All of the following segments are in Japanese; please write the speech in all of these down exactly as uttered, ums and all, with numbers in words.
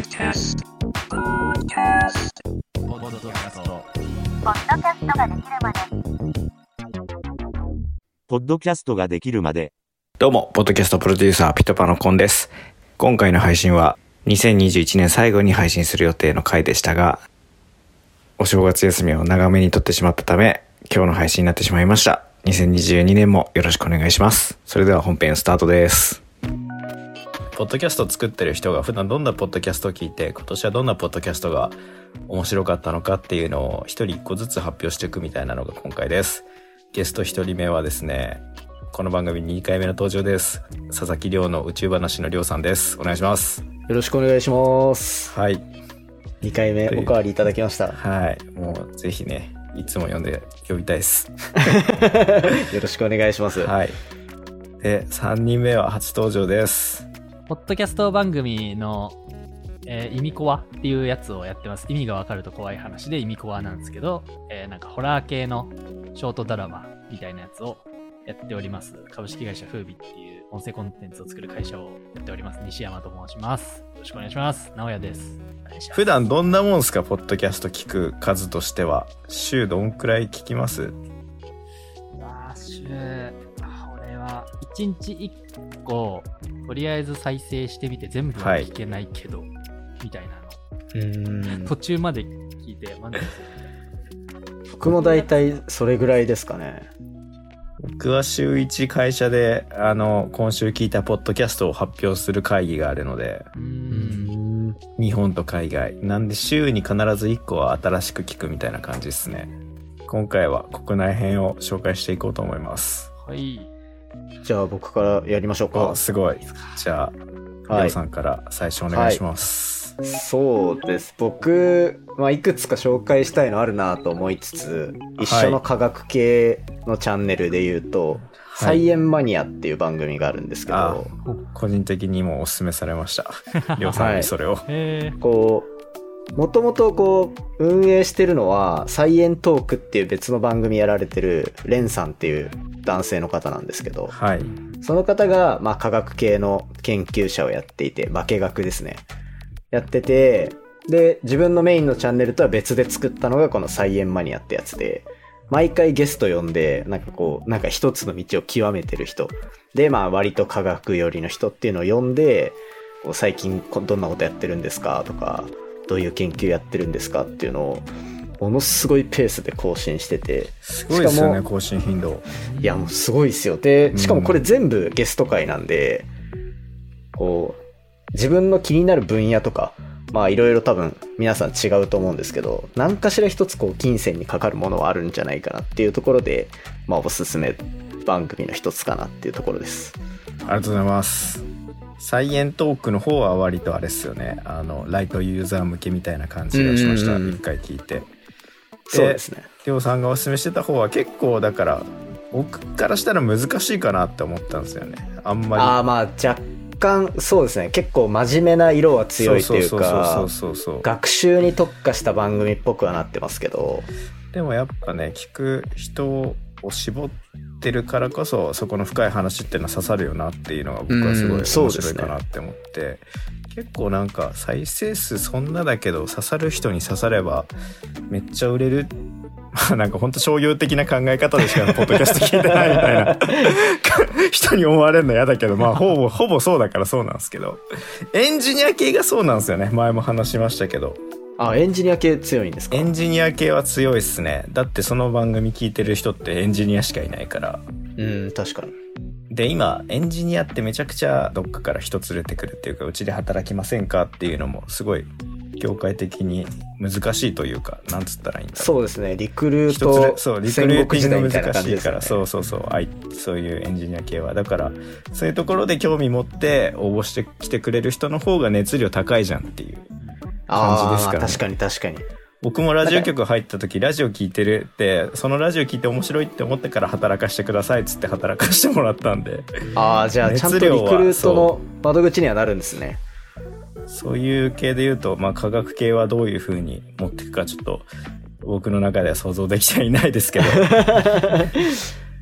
Podcast Podcast ポッドキャストポッドキャストができるまでポッドキャストができるまで。 どうもポッドキャストプロデューサーピトパのコンです。今回の配信はにせんにじゅういちねん最後に配信する予定の回でしたが、お正月休みを長めに取ってしまったため今日の配信になってしまいました。にせんにじゅうにねんもよろしくお願いします。それでは本編スタートです。ポッドキャストを作ってる人が普段どんなポッドキャストを聞いて、今年はどんなポッドキャストが面白かったのかっていうのを一人一個ずつ発表していくみたいなのが今回です。ゲスト一人目はですね、この番組にかいめの登場です。佐々木亮の宇宙話の亮さんです。お願いします。 よろしくお願いします。 はい。 にかいめおかわりいただきました。 はい。もうぜひね、いつも呼んで呼びたいです。 よろしくお願いします。 はい。で、さんにんめは初登場です。 ポッドキャスト番組の、えー、意味コアっていうやつをやってます。意味がわかると怖い話で意味コアなんですけど、えー、なんかホラー系のショートドラマみたいなやつをやっております。株式会社フービっていう音声コンテンツを作る会社をやっております。西山と申します。よろしくお願いします。直哉です。お願いします。 普段どんなもんすか、ポッドキャスト聞く数としては。週どんくらい聞きます？ あ週、俺はいちにちいっこ、とりあえず再生してみて全部は聞けないけど、はい、みたいなの。 うーん、 途中まで聞いて満足する。 僕もだいたいそれぐらいですかね。 僕は週いち会社であの今週聞いたポッドキャストを発表する会議があるので、 うーん、 日本と海外なんで週に必ずいっこは新しく聞くみたいな感じですね。今回は国内編を紹介していこうと思います。 はい。 じゃあ僕からやりましょうか。 あ、すごい。じゃあ、 はい、 りょうさんから最初お願いします。 はい、そうです。僕、まあ、いくつか紹介したいのあるなと思いつつ、一緒の科学系のチャンネルで言うと、はい、サイエンマニアっていう番組があるんですけど、あ、 個人的にもおすすめされました。りょうさんにそれを。 はい、こうもともとこう運営してるのはサイエントークっていう別の番組やられてるレンさんっていう男性の方なんですけど、 はい、 その方がまあ科学系の研究者をやっていて、化学ですね、やってて、で自分のメインのチャンネルとは別で作ったのがこのサイエンマニアってやつで、毎回ゲスト呼んでなんかこうなんか一つの道を極めてる人で、まあ割と科学寄りの人っていうのを呼んで、最近どんなことやってるんですかとか、どういう研究やってるんですかっていうのをものすごいペースで更新してて、 すごいですよね、更新頻度。 いやもうすごいですよ。でしかもこれ全部ゲスト会なんで、こう自分の気になる分野とか、まあいろいろ多分皆さん違うと思うんですけど、何かしら一つこう金銭にかかるものはあるんじゃないかなっていうところで、まあおすすめ番組の一つかなっていうところです。 ありがとうございます。サイエントークの方は割とあれですよね、あのライトユーザー向けみたいな感じがしました。一回聞いて。 そうですね。 りょうさんがおすすめしてた方は結構だから僕からしたら難しいかなって思ったんですよね。あんまり。 ああ、まあ若干そうですね。結構真面目な色は強いというか、学習に特化した番組っぽくはなってますけど。 でもやっぱね、聞く人を絞ってるからこそそこの深い話っていうのは刺さるよなっていうのが僕はすごい面白いかなって思って、ね、結構なんか再生数そんなだけど刺さる人に刺さればめっちゃ売れるなんかほんと商業的な考え方でしかポッドキャスト聞いてないみたいな人に思われるの嫌だけど、まあほぼほぼそうだからそうなんですけど、エンジニア系がそうなんですよね。前も話しましたけど。 あ、エンジニア系強いんですか？ エンジニア系は強いっすね。だってその番組聞いてる人ってエンジニアしかいないから。 うん、確かに。 で今エンジニアってめちゃくちゃどっかから人連れてくるっていうか、うちで働きませんかっていうのもすごい業界的に難しいというか、なんつったらいいんだろう。 そうですね、リクルートそうリクルーティング難しいから、ね、そうそうそうあいそういうエンジニア系はだからそういうところで興味持って応募してきてくれる人の方が熱量高いじゃんっていう感じですからね。 あ、確かに確かに。 僕もラジオ局入った時ラジオ聞いてるってそのラジオ聞いて面白いって思ってから働かしてくださいっつって働かしてもらったんで、 ああ、じゃあちゃんとリクルートの窓口にはなるんですね。 そういう系で言うと、まあ科学系はどういう風に持っていくかちょっと僕の中では想像できてはいないですけど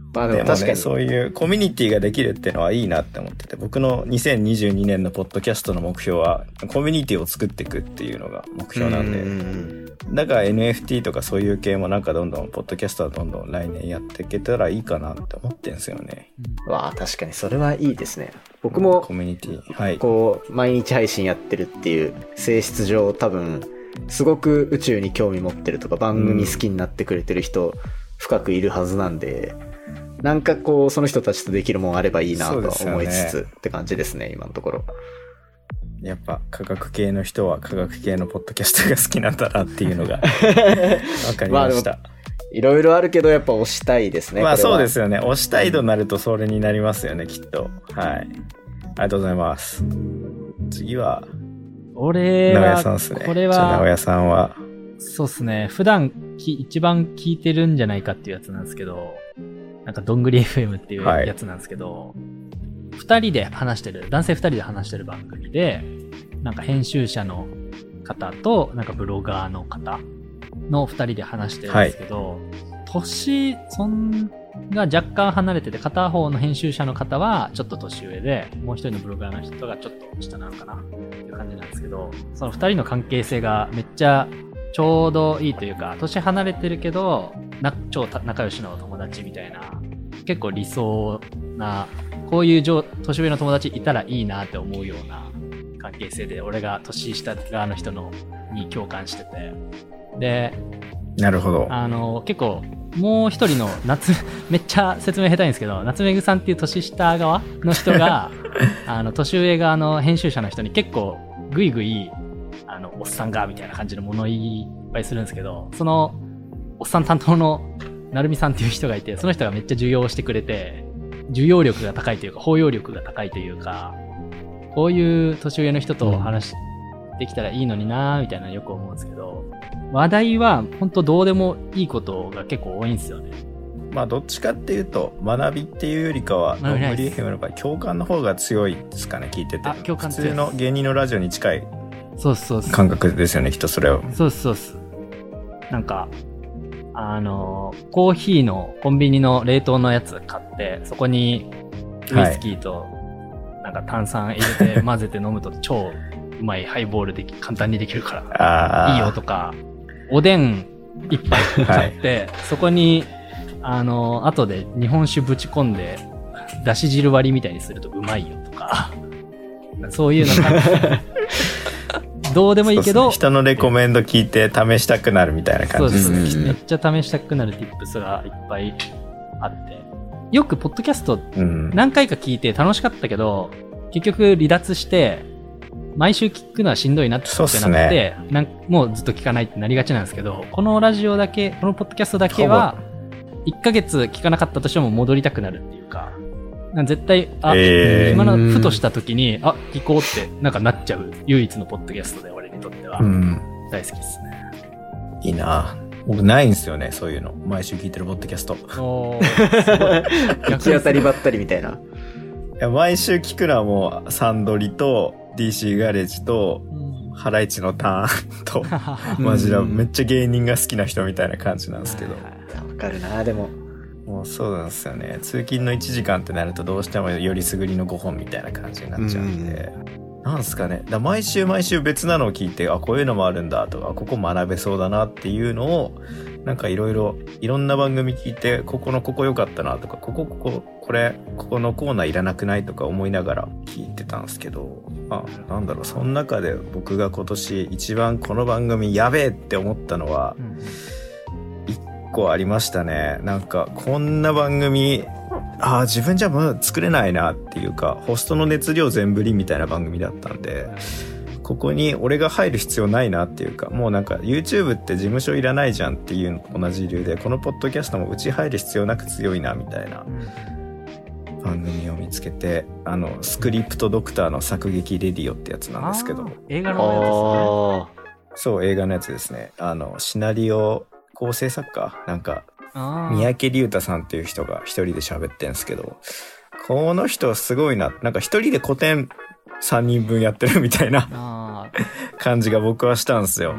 まあででもね、 も確かに。 そういうコミュニティができるっていうのはいいなって思ってて、僕のにせんにじゅうにねんのポッドキャストの目標はコミュニティを作っていくっていうのが目標なんで、 うんうんだから エヌエフティー とかそういう系もなんかどんどんポッドキャストはどんどん来年やっていけたらいいかなって思ってんすよね。 うん。わあ、確かにそれはいいですね。僕もコミュニティ、はい。 こう毎日配信やってるっていう性質上、多分すごく宇宙に興味持ってるとか番組好きになってくれてる人深くいるはずなんで、なんかこうその人たちとできるもんあればいいなとは思いつつ、 そうですよねって感じですね、今のところ。 やっぱ科学系の人は科学系のポッドキャストが好きなんだなっていうのが分かりました。 いろいろあるけどやっぱ推したいですね。 まあこれはそうですよね。推したいとなるとそれになりますよね、きっと。はい。ありがとうございます。次は、 俺直哉は、 さんですね。 これじゃあ直は、 哉さんは、 そうっすね。普段き一番聞いてるんじゃないかっていうやつなんですけど、なんかどんぐり エフエム っていうはいやつなんですけど、二、人で話してる、男性二人で話してる番組で、なんか編集者の方と、なんかブロガーの方の二人で話してるんですけど、年、そんが若干離れてて、片方の編集者の方はちょっと年上で、もう一人のブロガーの人がちょっと下なのかなっていう感じなんですけど、その二人の関係性がめっちゃちょうどいいというか、年離れてるけど、な超仲良しの友達みたいな、結構理想な、こういう上年上の友達いたらいいなって思うような関係性で、俺が年下側の人のに共感してて。で、 なるほど。 あの、結構、もう一人の夏、めっちゃ説明下手いんですけど、夏目ぐさんっていう年下側の人が、あの、年上側の編集者の人に結構、ぐいぐい、あの、おっさんが、みたいな感じの物言いいっぱいするんですけど、その、おっさん担当の、なるみさんっていう人がいて、その人がめっちゃ受容してくれて、受容力が高いというか、包容力が高いというか、こういう年上の人と話できたらいいのになーみたいなのよく思うんですけど、話題は本当どうでもいいことが結構多いんですよね。 まあどっちかっていうと学びっていうよりかはどんぐり エフエム の場合共感の方が強いですかね、聞いてて。 あ、共感普強いです。 通の芸人のラジオに近いそうそうそう。 感覚ですよね、きっとそれは。 そうそうそう。なんか、あの、コーヒーのコンビニの冷凍のやつ買って、そこにウイスキーとなんか炭酸入れて混ぜて飲むと超うまいハイボールでき簡単にできるからあいいよとか、おでん一杯買って、はい、そこにあの後で日本酒ぶち込んでだし汁割りみたいにするとうまいよとか、そういうのがどうでもいいけど、 ね、人のレコメンド聞いて試したくなるみたいな感じですね。 そうですね。めっちゃ試したくなる tips がいっぱいあって、よくポッドキャスト何回か聞いて楽しかったけど、うん、結局離脱して毎週聞くのはしんどいなってなって、ね、なんもうずっと聞かないってなりがちなんですけど、このラジオだけ、このポッドキャストだけはいっかげつ聞かなかったとしても戻りたくなるっていうか、なん絶対、あ、えー、今のふとした時に、あ、聞こうってなんかなっちゃう唯一のポッドキャストで、俺にとっては大好きですね。 いいな。僕ないんですよね、そういうの。毎週聞いてるポッドキャスト。 おー、すごい。 行き当たりばったりみたいな。 いや、毎週聞くのはもう、サンドリと、ディーシー ガレージと、うん、ハライチのターンと、マジでめっちゃ芸人が好きな人みたいな感じなんですけど。 わかるな、でも。 もうそうなんですよね。通勤のいちじかんってなるとどうしてもよりすぐりのごほんみたいな感じになっちゃうんで。うん、なんすかね。だ毎週毎週別なのを聞いて、あ、こういうのもあるんだとか、ここ学べそうだなっていうのを、なんかいろいろ、いろんな番組聞いて、ここのここ良かったなとか、ここここ、これ、ここのコーナーいらなくないとか思いながら聞いてたんですけど、まあ、なんだろう、その中で僕が今年一番この番組やべえって思ったのは、一個ありましたね。なんか、こんな番組、ああ、自分じゃもう作れないなっていうか、ホストの熱量全振りみたいな番組だったんで、ここに俺が入る必要ないなっていうか、もうなんか YouTube って事務所いらないじゃんっていうのと同じ理由で、このポッドキャストもうち入る必要なく強いなみたいな番組を見つけて、あのスクリプトドクターの作劇レディオってやつなんですけど、 映画のやつですね。 そう、映画のやつですね。あのシナリオ構成作家なんか三宅龍太さんっていう人が一人で喋ってんすけど、この人すごいな、なんか一人で古典さんにんぶんやってるみたいな感じが僕はしたんですよ。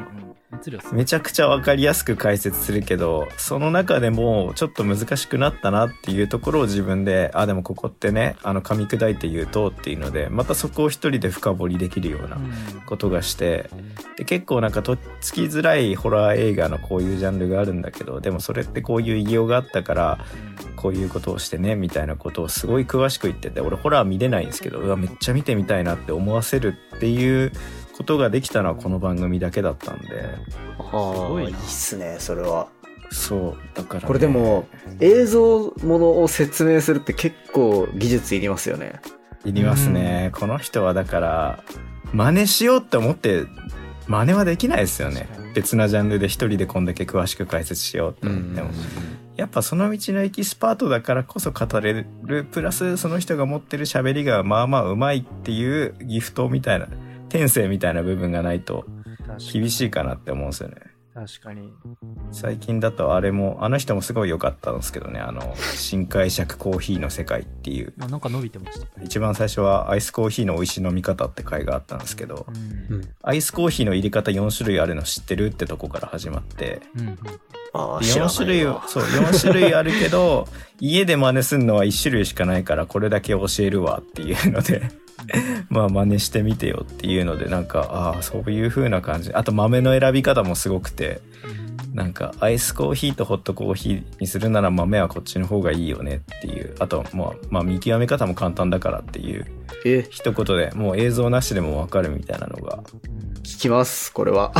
熱量すごい。 めちゃくちゃ分かりやすく解説するけど、その中でもちょっと難しくなったなっていうところを自分で、あでもここってね、あの噛み砕いて言うとっていうので、またそこを一人で深掘りできるようなことがして、で結構なんかとっつきづらいホラー映画のこういうジャンルがあるんだけど、でもそれってこういう異様があったからこういうことをしてねみたいなことをすごい詳しく言ってて、俺ホラー見れないんですけど、うわめっちゃ見てみたいなって思わせるっていうことができたのはこの番組だけだったんで。 ああ、いいっすね、それは。 そうだから、ね、 これでも映像ものを説明するって結構技術いりますよね。 いりますね、うん、この人はだから真似しようって思って真似はできないですよね。別なジャンルで一人でこんだけ詳しく解説しようって思っても、うん、やっぱその道のエキスパートだからこそ語れる、プラスその人が持ってる喋りがまあまあうまいっていうギフトみたいな、天性みたいな部分がないと厳しいかなって思うんですよね。 確かに。 最近だとあれも、あの人もすごい良かったんですけどね、あの新解釈コーヒーの世界っていう、 あ、なんか伸びてました。 一番最初はアイスコーヒーの美味しい飲み方って回があったんですけど、うん、アイスコーヒーの入れ方よん種類あるの知ってるってとこから始まって、うん、 あよん種類をそうよん種類あるけど家で真似するのはいち種類しかないからこれだけ教えるわっていうのでまあ真似してみてよっていうので、なんかああそういう風な感じ。あと豆の選び方もすごくて、なんかアイスコーヒーとホットコーヒーにするなら豆はこっちの方がいいよねっていう、あとまあ、まあ見極め方も簡単だからっていう一言でもう映像なしでも分かるみたいなのが聞きますこれは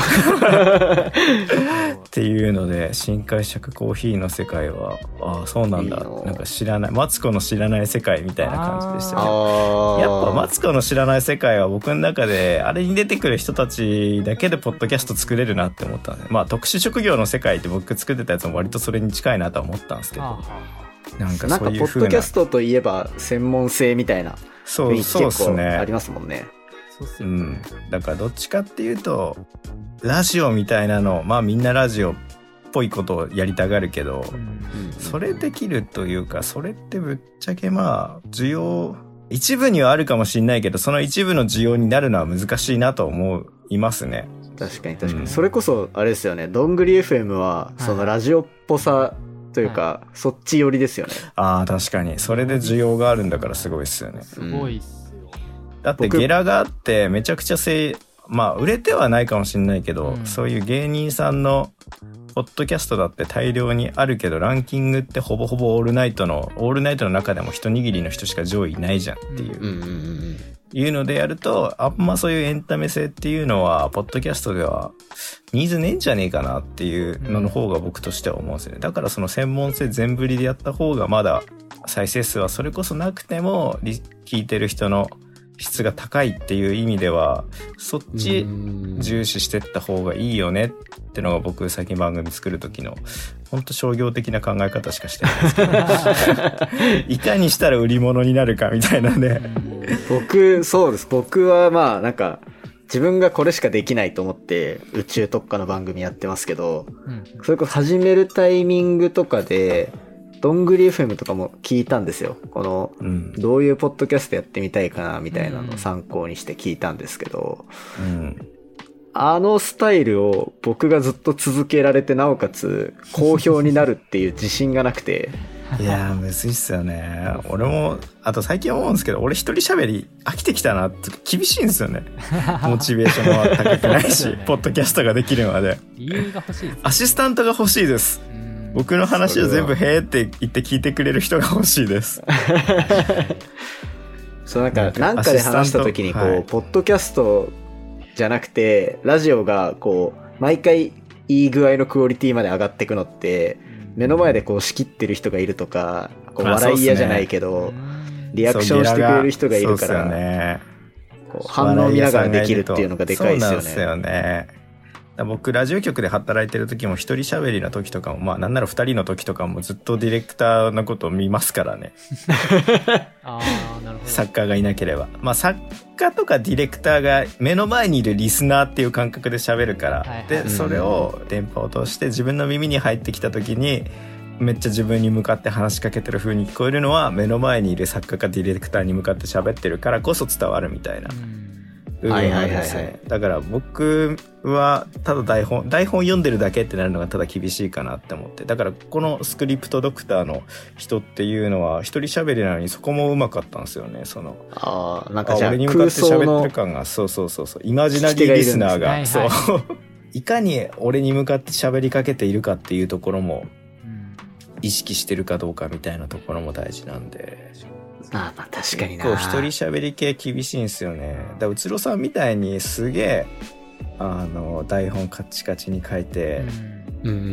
っていうので、新解釈コーヒーの世界はああそうなんだ、いいなんか知らない、マツコの知らない世界みたいな感じでしたね。やっぱマツコの知らない世界は僕の中であれに出てくる人たちだけでポッドキャスト作れるなって思ったんで、まあ特殊職業の世界って僕作ってたやつも割とそれに近いなとは思ったんですけど、 なんかそういう風な、なんかポッドキャストといえば専門性みたいな雰囲気結構ありますもんね。 そうっすよね。うん、 だからどっちかっていうとラジオみたいなの、まあみんなラジオっぽいことをやりたがるけど、うん、それできるというか、それってぶっちゃけまあ需要一部にはあるかもしれないけど、その一部の需要になるのは難しいなと思いますね。 確かに確かに、うん、それこそあれですよね、どんぐり エフエム はそのラジオっぽさというか、はい、そっち寄りですよね。 ああ確かにそれで需要があるんだからすごいっすよね。 すごいっすよ。 だってゲラがあってめちゃくちゃせいまあ売れてはないかもしれないけど、うん、そういう芸人さんのポッドキャストだって大量にあるけど、ランキングってほぼほぼオールナイトのオールナイトの中でも一握りの人しか上位いないじゃんっていう、うんうんうん、いうのでやると、あんまそういうエンタメ性っていうのはポッドキャストではニーズねえんじゃねえかなっていうのの方が僕としては思うんですよね。だからその専門性全振りでやった方がまだ再生数はそれこそなくても聞いてる人の質が高いっていう意味ではそっち重視してった方がいいよねってのが僕最近番組作る時の本当商業的な考え方しかしてないんですけどいかにしたら売り物になるかみたいなね。 僕そうです。僕はまあなんか自分がこれしかできないと思って宇宙特化の番組やってますけど、うん、それこそ始めるタイミングとかでどんぐり エフエム とかも聞いたんですよ。この、うん、どういうポッドキャストやってみたいかなみたいなのを参考にして聞いたんですけど、うん、あのスタイルを僕がずっと続けられて、なおかつ好評になるっていう自信がなくていやーむずいっすよね。俺もあと最近思うんですけど、俺一人喋り飽きてきたなって厳しいんですよね。モチベーションは高くないし、ね、ポッドキャストができるまで理由が欲しいです、ね、 アシスタントが欲しいです。僕の話を全部へーって言って聞いてくれる人が欲しいですそうなんかなんかで話した時にこう、はい、ポッドキャストじゃなくてラジオがこう毎回いい具合のクオリティまで上がっていくのって目の前でこう仕切ってる人がいるとか、こう笑い屋じゃないけどリアクションしてくれる人がいるから、ね、こう反応見ながらできるっていうのがでかいですよね。そうなんですよね。 僕ラジオ局で働いてる時も一人喋りの時とかも、まあなんなら二人の時とかもずっとディレクターのことを見ますからねあーなるほど。 作家がいなければ、まあ作家とかディレクターが目の前にいるリスナーっていう感覚で喋るから、はいはい、でそれを電波を通して自分の耳に入ってきた時にめっちゃ自分に向かって話しかけてる風に聞こえるのは目の前にいる作家かディレクターに向かって喋ってるからこそ伝わるみたいな部分はあるんですよね。だから僕はただ台本台本読んでるだけってなるのがただ厳しいかなって思って、だからこのスクリプトドクターの人っていうのは一人喋りなのにそこもうまかったんですよね。そのああ、なんかじゃあ俺に向かって喋ってる感が、そうそうそうそう、イマジナリーリスナーが、 ね、 そう、 はい、 いかに俺に向かって喋りかけているかっていうところも意識してるかどうかみたいなところも大事なんで。 まあまあ確かにな。 結構一人喋り系厳しいんですよね。だからうつろさんみたいにすげえあの台本カッチカチに書いて、 うんうんうん、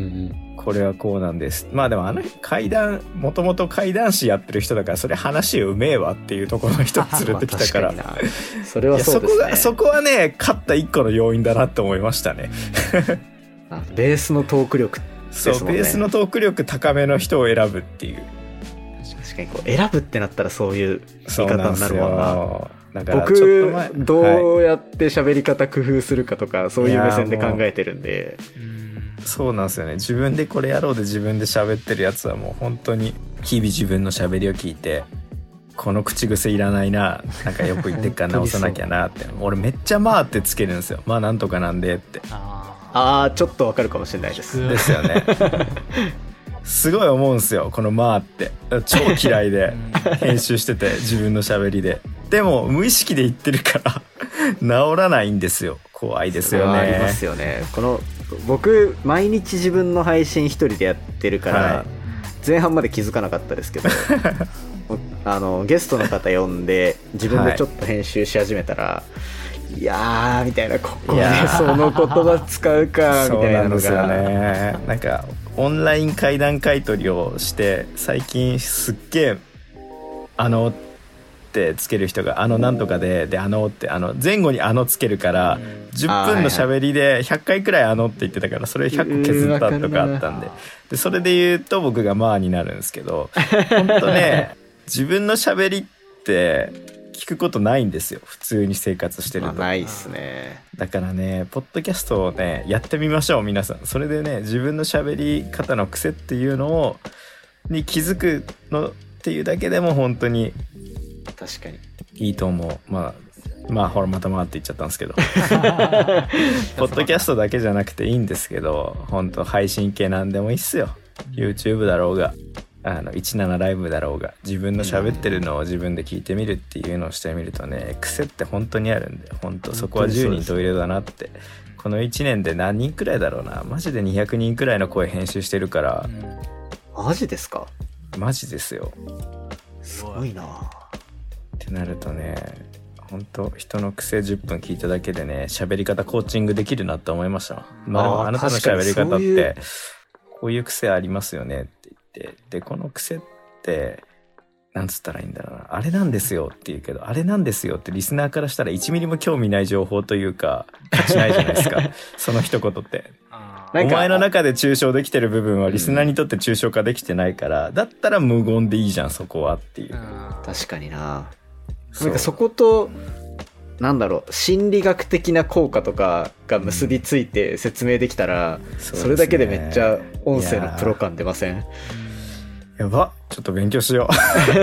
これはこうなんです。まあでもあの怪談もともと怪談師やってる人だからそれ話うめえわっていうところの人連れてきたからまあ確かにな。それはそうですね。 そこがそこはね勝った一個の要因だなって思いましたね。 あベースのトーク力ですもんね。 そうベースのトーク力高めの人を選ぶっていう。 確かにこう選ぶってなったらそういう言い方になるもんな。 だから僕ちょっと前どうやって喋り方工夫するかとか、はい、そういう目線で考えてるんで。 そうなんですよね。自分でこれやろうで自分で喋ってるやつはもう本当に日々自分の喋りを聞いて、この口癖いらないな、なんかよく言ってっから直さなきゃなって俺めっちゃまあってつけるんですよ。まあなんとかなんでって。 ああちょっとわかるかもしれないですですよね。すごい思うんですよこのまあって超嫌いで編集してて自分の喋りで。でも無意識で言ってるから治らないんですよ。怖いですよね。 ありますよね。この僕毎日自分の配信一人でやってるから、はい、前半まで気づかなかったですけどあのゲストの方呼んで自分でちょっと編集し始めたら、はい、いやーみたいな、ここでその言葉使うかみたいなのがそうなんですよね。 なんかオンライン会談買取りをして最近すっげえあのってつける人があのなんとかでであのってあの前後にあのつけるからじゅっぷんの喋りでひゃっかいくらいあのって言ってたからそれひゃっこ削ったとかあったんで、でそれで言うと僕がまあになるんですけど、本当ね自分の喋りって聞くことないんですよ普通に生活してると。 まあ、ないっすね。 だからねポッドキャストをねやってみましょう皆さん。それでね自分の喋り方の癖っていうのをに気づくのっていうだけでも本当に確かにいいと思う。まあまあほらまたまって言っちゃったんですけどポッドキャストだけじゃなくていいんですけど、本当配信系なんでもいいっすよ。 YouTube だろうがあのじゅうななライブだろうが自分の喋ってるのを自分で聞いてみるっていうのをしてみるとね癖って本当にあるんで、本当そこはじゅうにん十色だなって。このいちねんで何人くらいだろうな、マジでにひゃくにんくらいの声編集してるから。 マジですか？ マジですよ。 すごいなってなるとね本当人の癖じゅっぷん聞いただけでね喋り方コーチングできるなって思いました。まあでもあなたの喋り方ってこういう癖ありますよねって言って、でこの癖ってなんつったらいいんだろうな、あれなんですよって言うけどあれなんですよってリスナーからしたらいちミリも興味ない情報というか価値ないじゃないですかその一言ってお前の中で抽象できてる部分はリスナーにとって抽象化できてないから、うん、だったら無言でいいじゃんそこはっていう。 確かにな。なんかそことなんだろう心理学的な効果とかが結びついて説明できたら、うん、それだけでめっちゃ音声のプロ感出ません？ やばちょっと勉強しよ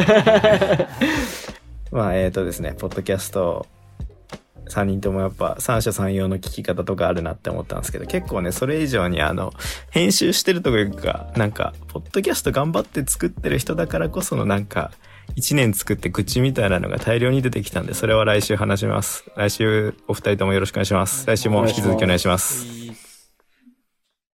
うまあえーとですねポッドキャストさんにんともやっぱ三者三様の聞き方とかあるなって思ったんですけど、結構ねそれ以上にあの編集してるというかなんかポッドキャスト頑張って作ってる人だからこそのなんかいちねん作って愚痴みたいなのが大量に出てきたんで、それは来週話します。来週お二人ともよろしくお願いします。来週も引き続きお願いします。